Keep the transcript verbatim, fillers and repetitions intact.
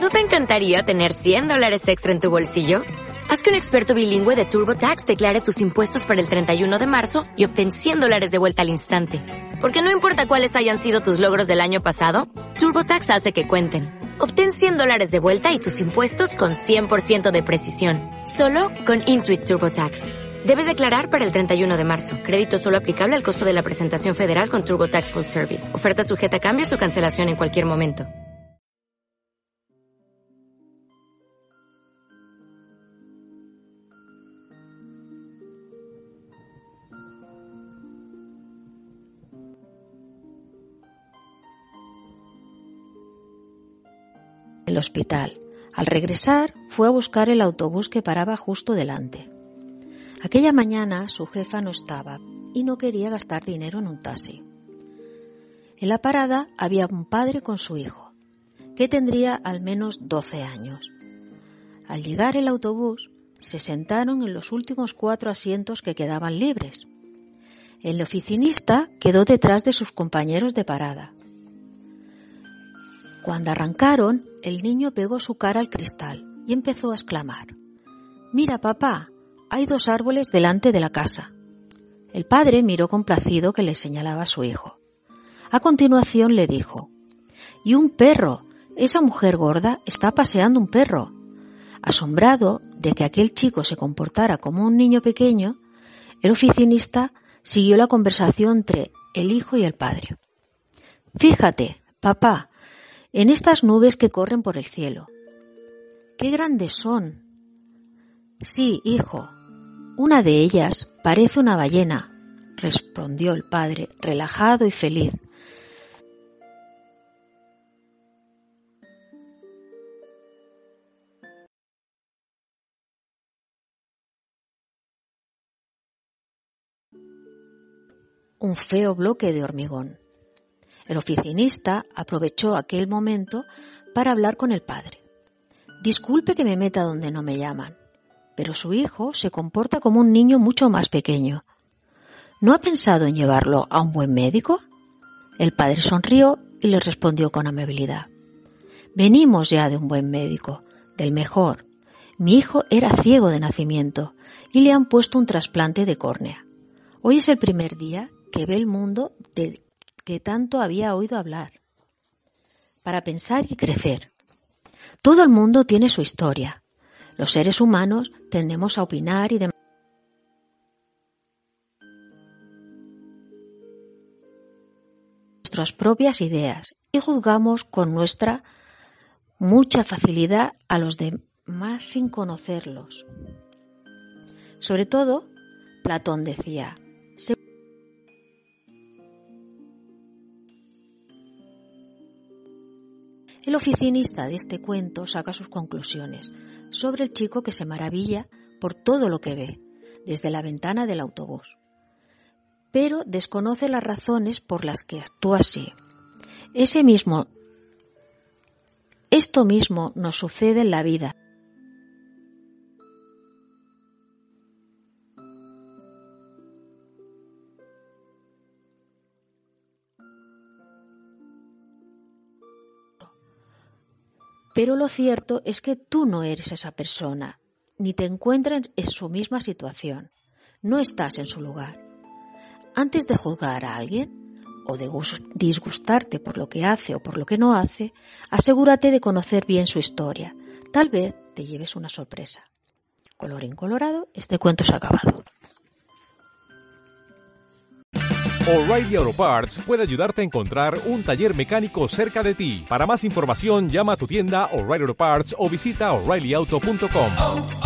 ¿No te encantaría tener cien dólares extra en tu bolsillo? Haz que un experto bilingüe de TurboTax declare tus impuestos para el treinta y uno de marzo y obtén cien dólares de vuelta al instante. Porque no importa cuáles hayan sido tus logros del año pasado, TurboTax hace que cuenten. Obtén cien dólares de vuelta y tus impuestos con cien por ciento de precisión. Solo con Intuit TurboTax. Debes declarar para el treinta y uno de marzo. Crédito solo aplicable al costo de la presentación federal con TurboTax Full Service. Oferta sujeta a cambios o cancelación en cualquier momento. El hospital. Al regresar, fue a buscar el autobús que paraba justo delante. Aquella mañana su jefa no estaba y no quería gastar dinero en un taxi. En la parada había un padre con su hijo, que tendría al menos doce años. Al llegar el autobús, se sentaron en los últimos cuatro asientos que quedaban libres. El oficinista quedó detrás de sus compañeros de parada. Cuando arrancaron, el niño pegó su cara al cristal y empezó a exclamar: «Mira, papá, hay dos árboles delante de la casa». El padre miró complacido que le señalaba a su hijo. A continuación le dijo: «Y un perro, esa mujer gorda está paseando un perro». Asombrado de que aquel chico se comportara como un niño pequeño, el oficinista siguió la conversación entre el hijo y el padre. «Fíjate, papá, en estas nubes que corren por el cielo. ¡Qué grandes son!». «Sí, hijo, una de ellas parece una ballena», respondió el padre, relajado y feliz. Un feo bloque de hormigón. El oficinista aprovechó aquel momento para hablar con el padre. «Disculpe que me meta donde no me llaman, pero su hijo se comporta como un niño mucho más pequeño. ¿No ha pensado en llevarlo a un buen médico?». El padre sonrió y le respondió con amabilidad: «Venimos ya de un buen médico, del mejor. Mi hijo era ciego de nacimiento y le han puesto un trasplante de córnea. Hoy es el primer día que ve el mundo del que tanto había oído hablar. Para pensar y crecer. Todo el mundo tiene su historia. Los seres humanos tendemos a opinar y demostrar nuestras propias ideas y juzgamos con nuestra mucha facilidad a los demás sin conocerlos. Sobre todo, Platón decía: El oficinista de este cuento saca sus conclusiones sobre el chico que se maravilla por todo lo que ve desde la ventana del autobús, pero desconoce las razones por las que actúa así. Ese mismo, esto mismo nos sucede en la vida. Pero lo cierto es que tú no eres esa persona, ni te encuentras en su misma situación. No estás en su lugar. Antes de juzgar a alguien o de disgustarte por lo que hace o por lo que no hace, asegúrate de conocer bien su historia. Tal vez te lleves una sorpresa. Colorín colorado, este cuento se ha acabado. O'Reilly Auto Parts puede ayudarte a encontrar un taller mecánico cerca de ti. Para más información, llama a tu tienda O'Reilly Auto Parts o visita O'Reilly Auto punto com.